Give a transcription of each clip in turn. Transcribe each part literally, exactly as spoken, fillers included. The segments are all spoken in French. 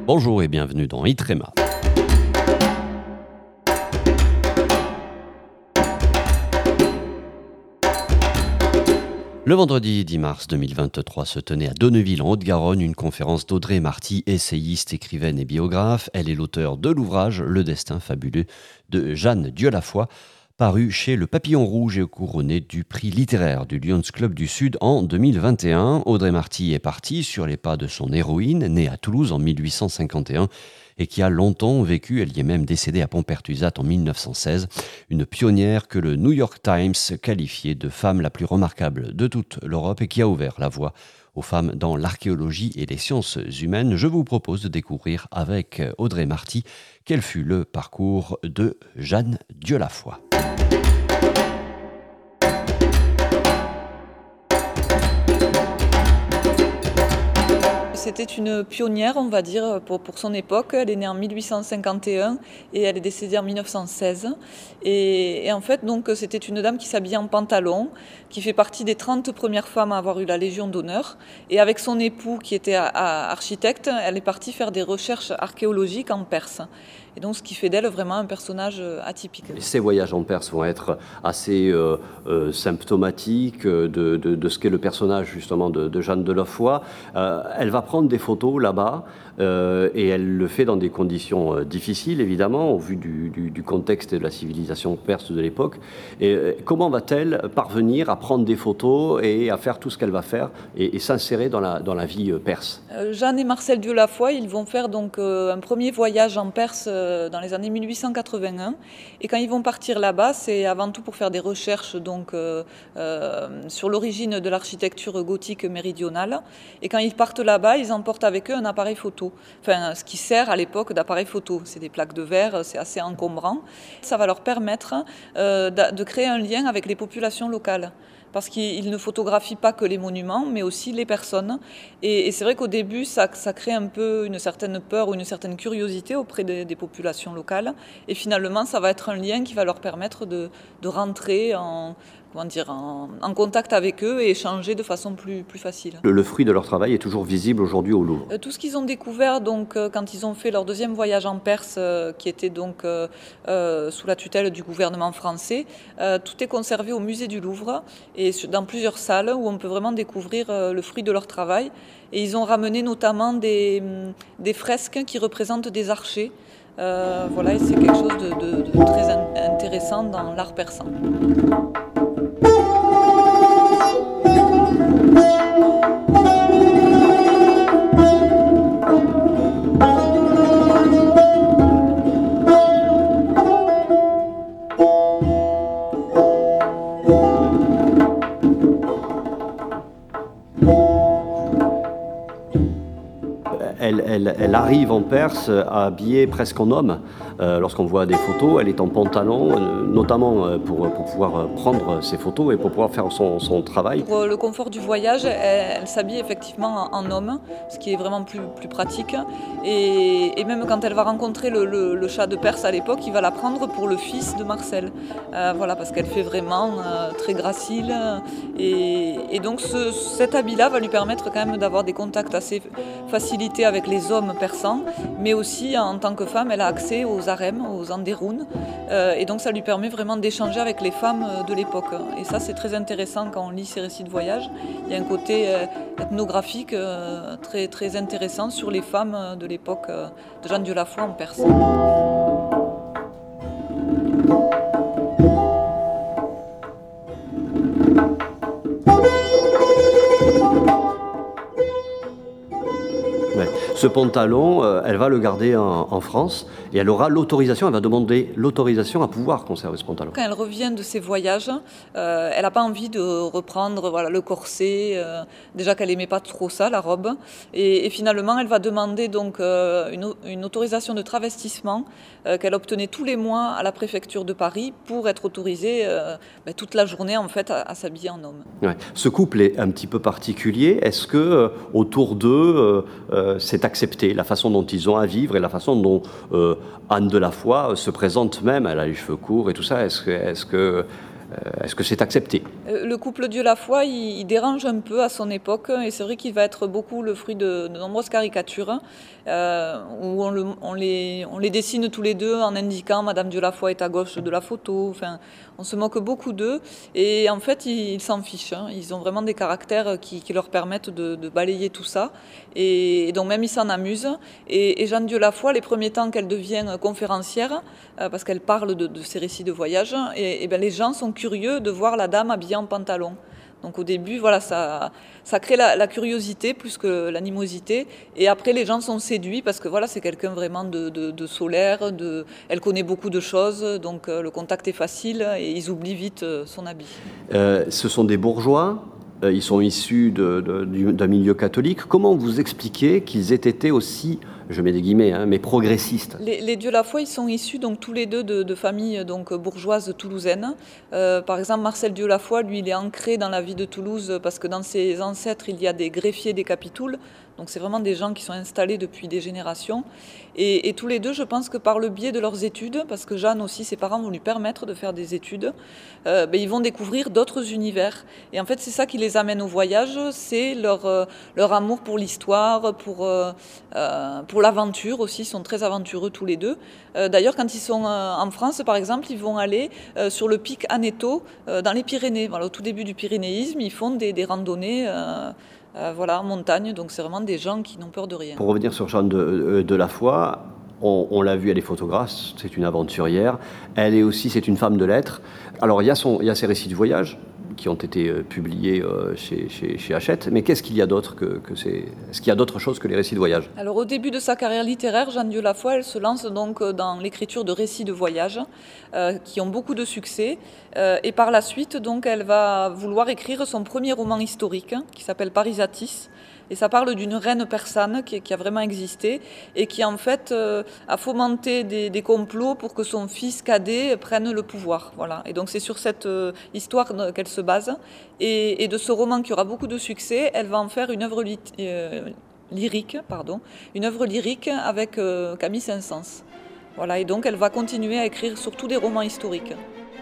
Bonjour et bienvenue dans Itrema. Le vendredi dix mars deux mille vingt-trois se tenait à Donneville en Haute-Garonne une conférence d'Audrey Marty, essayiste, écrivaine et biographe. Elle est l'auteure de l'ouvrage Le destin fabuleux de Jeanne Dieulafoy, paru chez Le Papillon Rouge et couronné du prix littéraire du Lions Club du Sud en deux mille vingt et un. Audrey Marty est partie sur les pas de son héroïne, née à Toulouse en mille huit cent cinquante et un et qui a longtemps vécu, elle y est même décédée à Pont-Pertusat en mille neuf cent seize, une pionnière que le New York Times qualifiait de femme la plus remarquable de toute l'Europe et qui a ouvert la voie aux femmes dans l'archéologie et les sciences humaines. Je vous propose de découvrir avec Audrey Marty quel fut le parcours de Jeanne Dieulafoy. C'était une pionnière, on va dire, pour, pour son époque. Elle est née en mille huit cent cinquante et un et elle est décédée en mille neuf cent seize. Et, et en fait, donc, c'était une dame qui s'habillait en pantalon, qui fait partie des trente premières femmes à avoir eu la Légion d'honneur. Et avec son époux, qui était à, à architecte, elle est partie faire des recherches archéologiques en Perse. Et donc, ce qui fait d'elle vraiment un personnage atypique. Ces voyages en Perse vont être assez euh, euh, symptomatiques de, de, de ce qu'est le personnage justement de, de Jeanne Dieulafoy. Euh, elle va prendre des photos là-bas euh, et elle le fait dans des conditions euh, difficiles, évidemment, au vu du, du, du contexte et de la civilisation perse de l'époque. Et euh, comment va-t-elle parvenir à prendre des photos et à faire tout ce qu'elle va faire et, et s'insérer dans la, dans la vie euh, perse? euh, Jeanne et Marcel Dieulafoy, ils vont faire donc euh, un premier voyage en Perse euh, dans les années mille huit cent quatre-vingt-un. Et quand ils vont partir là-bas, c'est avant tout pour faire des recherches donc, euh, euh, sur l'origine de l'architecture gothique méridionale. Et quand ils partent là-bas, ils emportent avec eux un appareil photo. Enfin, ce qui sert à l'époque d'appareil photo. C'est des plaques de verre, c'est assez encombrant. Ça va leur permettre euh, de créer un lien avec les populations locales. Parce qu'ils ne photographient pas que les monuments, mais aussi les personnes. Et, et c'est vrai qu'au début, ça, ça crée un peu une certaine peur ou une certaine curiosité auprès des, des populations locales. Et finalement, ça va être un lien qui va leur permettre de, de rentrer en, comment dire, en, en contact avec eux et échanger de façon plus, plus facile. Le, le fruit de leur travail est toujours visible aujourd'hui au Louvre. Tout ce qu'ils ont découvert donc, quand ils ont fait leur deuxième voyage en Perse, euh, qui était donc, euh, euh, sous la tutelle du gouvernement français, euh, tout est conservé au musée du Louvre et dans plusieurs salles où on peut vraiment découvrir euh, le fruit de leur travail. Et ils ont ramené notamment des, des fresques qui représentent des archers. Euh, voilà, et c'est quelque chose de, de, de très intéressant dans l'art persan. Elle, elle, elle arrive en Perse habillée presque en homme. Euh, lorsqu'on voit des photos, elle est en pantalon, euh, notamment euh, pour, pour pouvoir prendre ses photos et pour pouvoir faire son, son travail. Pour le confort du voyage, elle, elle s'habille effectivement en, en homme, ce qui est vraiment plus, plus pratique. Et, et même quand elle va rencontrer le, le, le Shah de Perse à l'époque, il va la prendre pour le fils de Marcel. Euh, voilà, parce qu'elle fait vraiment euh, très gracile. Et, et donc ce, cet habit-là va lui permettre quand même d'avoir des contacts assez facilités avec les hommes persans, mais aussi en tant que femme, elle a accès aux harems, aux anderouns, euh, et donc ça lui permet vraiment d'échanger avec les femmes de l'époque. Et ça, c'est très intéressant quand on lit ces récits de voyage. Il y a un côté euh, ethnographique euh, très, très intéressant sur les femmes de l'époque euh, de Jeanne Dieulafoy en Perse. Ce pantalon, euh, elle va le garder en, en France et elle aura l'autorisation, elle va demander l'autorisation à pouvoir conserver ce pantalon. Quand elle revient de ses voyages, euh, elle n'a pas envie de reprendre voilà, le corset, euh, déjà qu'elle n'aimait pas trop ça, la robe. Et, et finalement, elle va demander donc, euh, une, une autorisation de travestissement euh, qu'elle obtenait tous les mois à la préfecture de Paris pour être autorisée euh, ben, toute la journée en fait, à, à s'habiller en homme. Ouais. Ce couple est un petit peu particulier. Est-ce que euh, autour d'eux, euh, euh, c'est accepté, la façon dont ils ont à vivre et la façon dont euh, Anne Dieulafoy se présente même, elle a les cheveux courts et tout ça, est-ce que, est-ce que Euh, est-ce que c'est accepté? Le couple Dieu-la-foi, il, il dérange un peu à son époque, et c'est vrai qu'il va être beaucoup le fruit de, de nombreuses caricatures, euh, où on, le, on, les, on les dessine tous les deux en indiquant Madame Dieu-la-foi est à gauche de la photo. Enfin, on se moque beaucoup d'eux, et en fait, ils, ils s'en fichent. Hein. Ils ont vraiment des caractères qui, qui leur permettent de, de balayer tout ça, et, et donc même ils s'en amusent. Et, et Jeanne Dieu-la-foi, les premiers temps qu'elle devient conférencière, euh, parce qu'elle parle de, de ses récits de voyage, et, et bien les gens sont curieux de voir la dame habillée en pantalon. Donc au début, voilà, ça, ça crée la, la curiosité plus que l'animosité. Et après, les gens sont séduits parce que voilà, c'est quelqu'un vraiment de, de, de solaire. De, elle connaît beaucoup de choses, donc euh, le contact est facile et ils oublient vite euh, son habit. Euh, ce sont des bourgeois, euh, ils sont issus de, de, d'un milieu catholique. Comment vous expliquez qu'ils aient été aussi, je mets des guillemets, hein, mais progressistes? Les, les Dieu-la-foi, ils sont issus donc tous les deux de, de familles donc bourgeoises toulousaines. Euh, par exemple, Marcel Dieu-la-foi, lui, il est ancré dans la vie de Toulouse parce que dans ses ancêtres, il y a des greffiers des Capitouls. Donc c'est vraiment des gens qui sont installés depuis des générations. Et, et tous les deux, je pense que par le biais de leurs études, parce que Jeanne aussi, ses parents vont lui permettre de faire des études, euh, ben, ils vont découvrir d'autres univers. Et en fait, c'est ça qui les amène au voyage, c'est leur, euh, leur amour pour l'histoire, pour, euh, euh, pour l'aventure aussi. Ils sont très aventureux tous les deux. Euh, d'ailleurs, quand ils sont euh, en France, par exemple, ils vont aller euh, sur le pic Aneto, euh, dans les Pyrénées. Voilà, au tout début du pyrénéisme, ils font des, des randonnées euh, Euh, voilà, en montagne, donc c'est vraiment des gens qui n'ont peur de rien. Pour revenir sur Jeanne de, de la Foi, on, on l'a vu, elle est photographe, c'est une aventurière. Elle est aussi, c'est une femme de lettres. Alors il y a, son, il y a ses récits de voyage qui ont été euh, publiés euh, chez, chez, chez Hachette, mais qu'est-ce qu'il y a d'autre que, que c'est... Est-ce qu'il y a d'autres choses que les récits de voyage? Alors au début de sa carrière littéraire, Jeanne Dieu-la-foi, elle se lance donc dans l'écriture de récits de voyage euh, qui ont beaucoup de succès, euh, et par la suite, donc, elle va vouloir écrire son premier roman historique qui s'appelle Parisatis. Et ça parle d'une reine persane qui, qui a vraiment existé et qui en fait euh, a fomenté des, des complots pour que son fils cadet prenne le pouvoir. Voilà. Et donc c'est sur cette euh, histoire qu'elle se base. Et, et de ce roman qui aura beaucoup de succès, elle va en faire une œuvre lit- euh, lyrique, pardon, une œuvre lyrique avec euh, Camille Saint-Saëns. Voilà. Et donc elle va continuer à écrire surtout des romans historiques.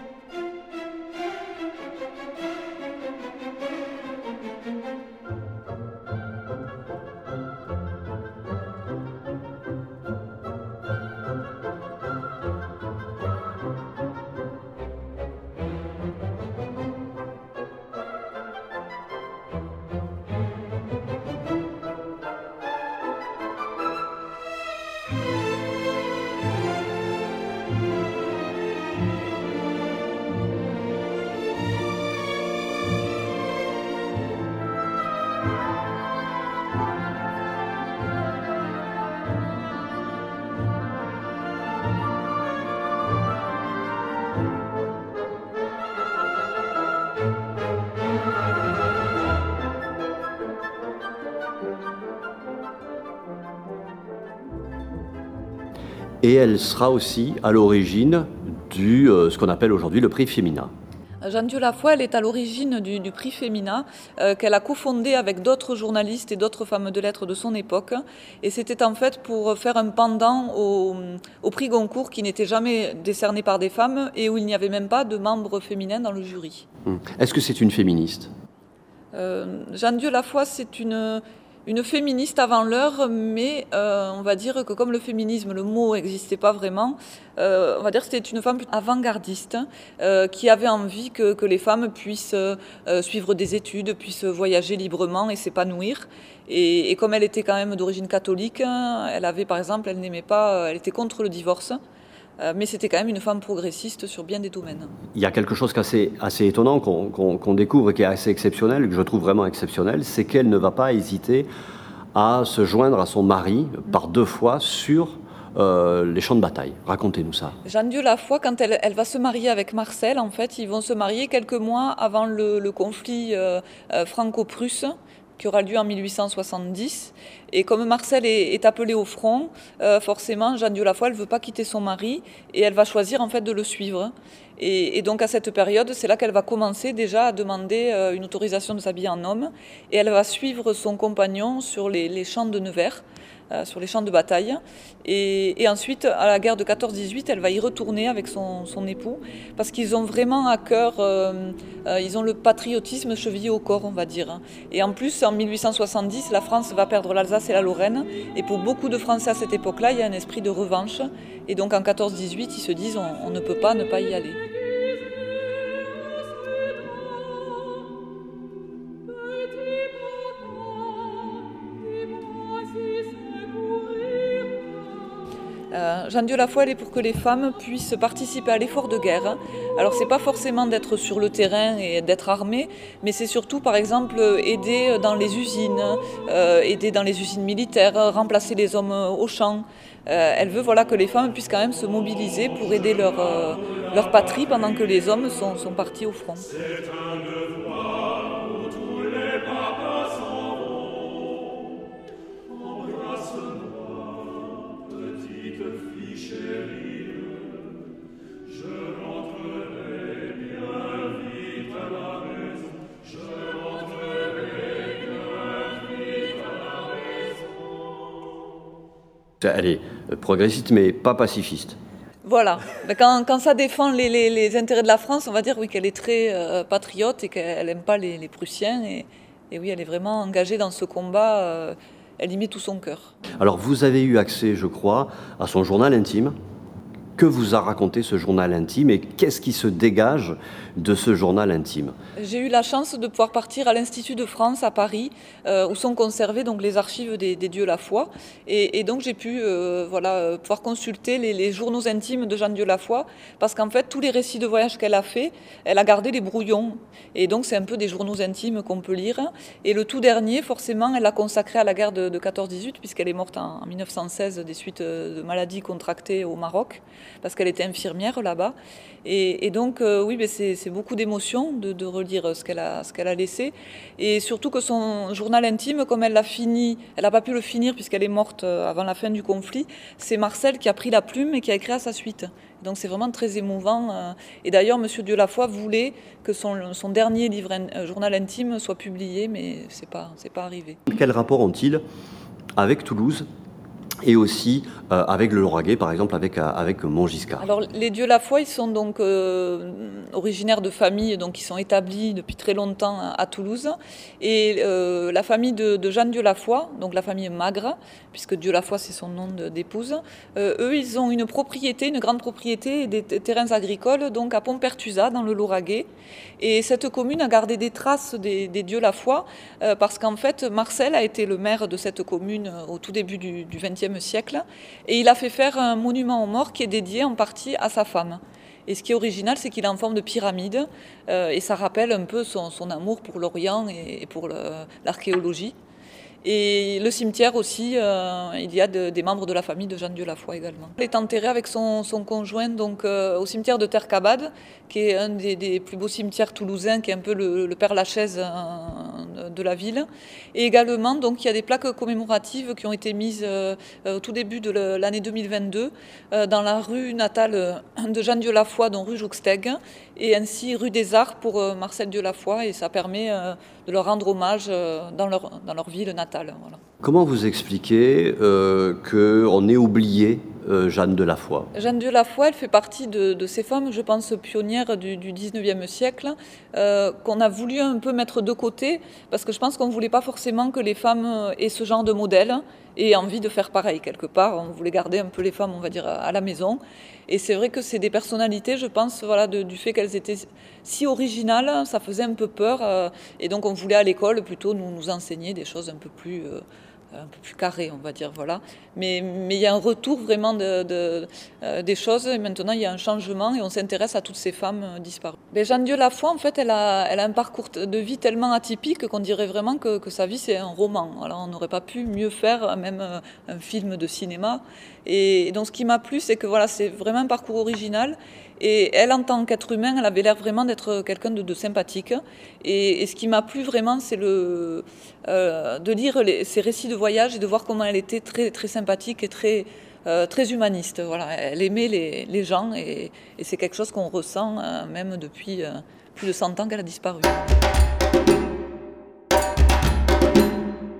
Et elle sera aussi à l'origine du euh, ce qu'on appelle aujourd'hui le prix Femina. Jeanne Dieu-la-foi, elle est à l'origine du, du prix Femina euh, qu'elle a cofondé avec d'autres journalistes et d'autres femmes de lettres de son époque. Et c'était en fait pour faire un pendant au, au prix Goncourt qui n'était jamais décerné par des femmes et où il n'y avait même pas de membres féminins dans le jury. Hum. Est-ce que c'est une féministe? euh, Jeanne Dieu-la-foi, c'est une... Une féministe avant l'heure, mais euh, on va dire que comme le féminisme, le mot n'existait pas vraiment, euh, on va dire que c'était une femme avant-gardiste euh, qui avait envie que, que les femmes puissent euh, suivre des études, puissent voyager librement et s'épanouir. Et, et comme elle était quand même d'origine catholique, elle avait par exemple, elle n'aimait pas, elle était contre le divorce. Mais c'était quand même une femme progressiste sur bien des domaines. Il y a quelque chose d'assez assez étonnant qu'on, qu'on, qu'on découvre et qui est assez exceptionnel, que je trouve vraiment exceptionnel, c'est qu'elle ne va pas hésiter à se joindre à son mari par deux fois sur euh, les champs de bataille. Racontez-nous ça. Jeanne Dieu-la-foi, quand elle, elle va se marier avec Marcel, en fait, ils vont se marier quelques mois avant le, le conflit euh, euh, franco-prusse, qui aura lieu en mille huit cent soixante-dix. Et comme Marcel est, est appelé au front, euh, forcément, Jeanne Dieu-la-foi, elle ne veut pas quitter son mari et elle va choisir en fait de le suivre. Et, et donc à cette période, c'est là qu'elle va commencer déjà à demander euh, une autorisation de s'habiller en homme. Et elle va suivre son compagnon sur les, les champs de Nevers. euh, sur les champs de bataille. Et, et ensuite, à la guerre de quatorze dix-huit, elle va y retourner avec son, son époux, parce qu'ils ont vraiment à cœur, euh, euh, ils ont le patriotisme chevillé au corps, on va dire. Et en plus, en mille huit cent soixante-dix, la France va perdre l'Alsace et la Lorraine, et pour beaucoup de Français à cette époque-là, il y a un esprit de revanche. Et donc en quatorze dix-huit, ils se disent on, on ne peut pas ne pas y aller. Euh, Jeanne Dieulafoy, elle est pour que les femmes puissent participer à l'effort de guerre. Alors c'est pas forcément d'être sur le terrain et d'être armée, mais c'est surtout par exemple aider dans les usines, euh, aider dans les usines militaires, remplacer les hommes au champ. Euh, elle veut voilà, que les femmes puissent quand même se mobiliser pour aider leur, euh, leur patrie pendant que les hommes sont, sont partis au front. Elle est progressiste, mais pas pacifiste. Voilà. Quand, quand ça défend les, les, les intérêts de la France, on va dire oui, qu'elle est très euh, patriote et qu'elle n'aime pas les, les Prussiens. Et, et oui, elle est vraiment engagée dans ce combat. Euh, elle y met tout son cœur. Alors, vous avez eu accès, je crois, à son journal intime. Que vous a raconté ce journal intime et qu'est-ce qui se dégage de ce journal intime? J'ai eu la chance de pouvoir partir à l'Institut de France à Paris, euh, où sont conservées donc, les archives des, des Dieulafoy. Et, et donc j'ai pu euh, voilà, pouvoir consulter les, les journaux intimes de Jeanne Dieulafoy, parce qu'en fait, tous les récits de voyage qu'elle a fait, elle a gardé les brouillons. Et donc c'est un peu des journaux intimes qu'on peut lire. Et le tout dernier, forcément, elle l'a consacré à la guerre de, de quatorze dix-huit, puisqu'elle est morte en, en mille neuf cent seize des suites de maladies contractées au Maroc, parce qu'elle était infirmière là-bas. Et, et donc, euh, oui, ben c'est, c'est beaucoup d'émotions de, de relire ce qu'elle a, ce qu'elle a laissé. Et surtout que son journal intime, comme elle l'a fini, elle n'a pas pu le finir puisqu'elle est morte avant la fin du conflit, c'est Marcel qui a pris la plume et qui a écrit à sa suite. Donc c'est vraiment très émouvant. Et d'ailleurs, M. Dieulafoy voulait que son, son dernier livre, un journal intime, soit publié, mais ce n'est pas, c'est pas arrivé. Quel rapport ont-ils avec Toulouse ? Et aussi euh, avec le Lauragais, par exemple, avec, euh, avec Montgiscard. Alors, les Dieulafoy, ils sont donc euh, originaires de familles donc, qui sont établies depuis très longtemps à, à Toulouse. Et euh, la famille de, de Jeanne Dieulafoy, donc la famille Magre, puisque Dieulafoy, c'est son nom de, d'épouse, euh, eux, ils ont une propriété, une grande propriété, des, des terrains agricoles, donc à Pontpertusa, dans le Lauragais. Et cette commune a gardé des traces des, des Dieulafoy, euh, parce qu'en fait, Marcel a été le maire de cette commune au tout début du, du vingtième siècle, et il a fait faire un monument aux morts qui est dédié en partie à sa femme. Et ce qui est original, c'est qu'il est en forme de pyramide, euh, et ça rappelle un peu son, son amour pour l'Orient et, et pour le, l'archéologie. Et le cimetière aussi, euh, il y a de, des membres de la famille de Jeanne Dieulafoy également. Elle est enterrée avec son, son conjoint donc, euh, au cimetière de Terre-Cabade, qui est un des, des plus beaux cimetières toulousains, qui est un peu le, le Père-Lachaise euh, de la ville. Et également, donc, il y a des plaques commémoratives qui ont été mises euh, au tout début de l'année deux mille vingt-deux euh, dans la rue natale de Jeanne Dieulafoy, donc rue Jouxtègue, et ainsi rue des Arts pour euh, Marcel Dieulafoy, et ça permet euh, de leur rendre hommage euh, dans, leur, dans leur ville natale. Voilà. Comment vous expliquez euh, qu'on ait oublié euh, Jeanne Dieulafoy ? Jeanne Dieulafoy, elle fait partie de, de ces femmes, je pense, pionnières du, du dix-neuvième siècle, euh, qu'on a voulu un peu mettre de côté, parce que je pense qu'on ne voulait pas forcément que les femmes aient ce genre de modèle et envie de faire pareil quelque part. On voulait garder un peu les femmes, on va dire, à la maison. Et c'est vrai que c'est des personnalités, je pense, voilà, de, du fait qu'elles étaient si originales, ça faisait un peu peur. Euh, et donc on voulait à l'école plutôt nous, nous enseigner des choses un peu plus... Euh, un peu plus carré, on va dire, voilà. Mais, mais il y a un retour vraiment de, de, euh, des choses, et maintenant il y a un changement, et on s'intéresse à toutes ces femmes euh, disparues. Mais Jeanne Dieulafoy, en fait, elle a, elle a un parcours de vie tellement atypique qu'on dirait vraiment que, que sa vie, c'est un roman. Alors on n'aurait pas pu mieux faire, même euh, un film de cinéma. Et, et donc ce qui m'a plu, c'est que voilà, c'est vraiment un parcours original. Et elle, en tant qu'être humain, elle avait l'air vraiment d'être quelqu'un de, de sympathique. Et, et ce qui m'a plu vraiment, c'est le, euh, de lire les, ses récits de voyage et de voir comment elle était très, très sympathique et très, euh, très humaniste. Voilà, elle aimait les, les gens et, et c'est quelque chose qu'on ressent euh, même depuis euh, plus de cent ans qu'elle a disparu.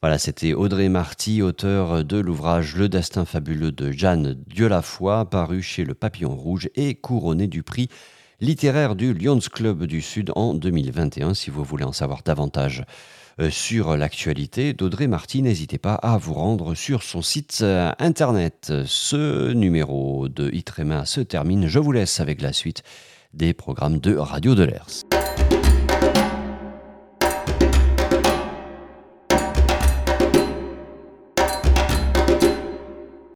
Voilà, c'était Audrey Marty, auteur de l'ouvrage Le destin fabuleux de Jeanne Dieulafoy, paru chez Le Papillon Rouge et couronné du prix littéraire du Lions Club du Sud en deux mille vingt et un. Si vous voulez en savoir davantage euh, sur l'actualité d'Audrey Marty, n'hésitez pas à vous rendre sur son site euh, internet. Ce numéro de Itrema se termine. Je vous laisse avec la suite des programmes de Radio de l'E R S.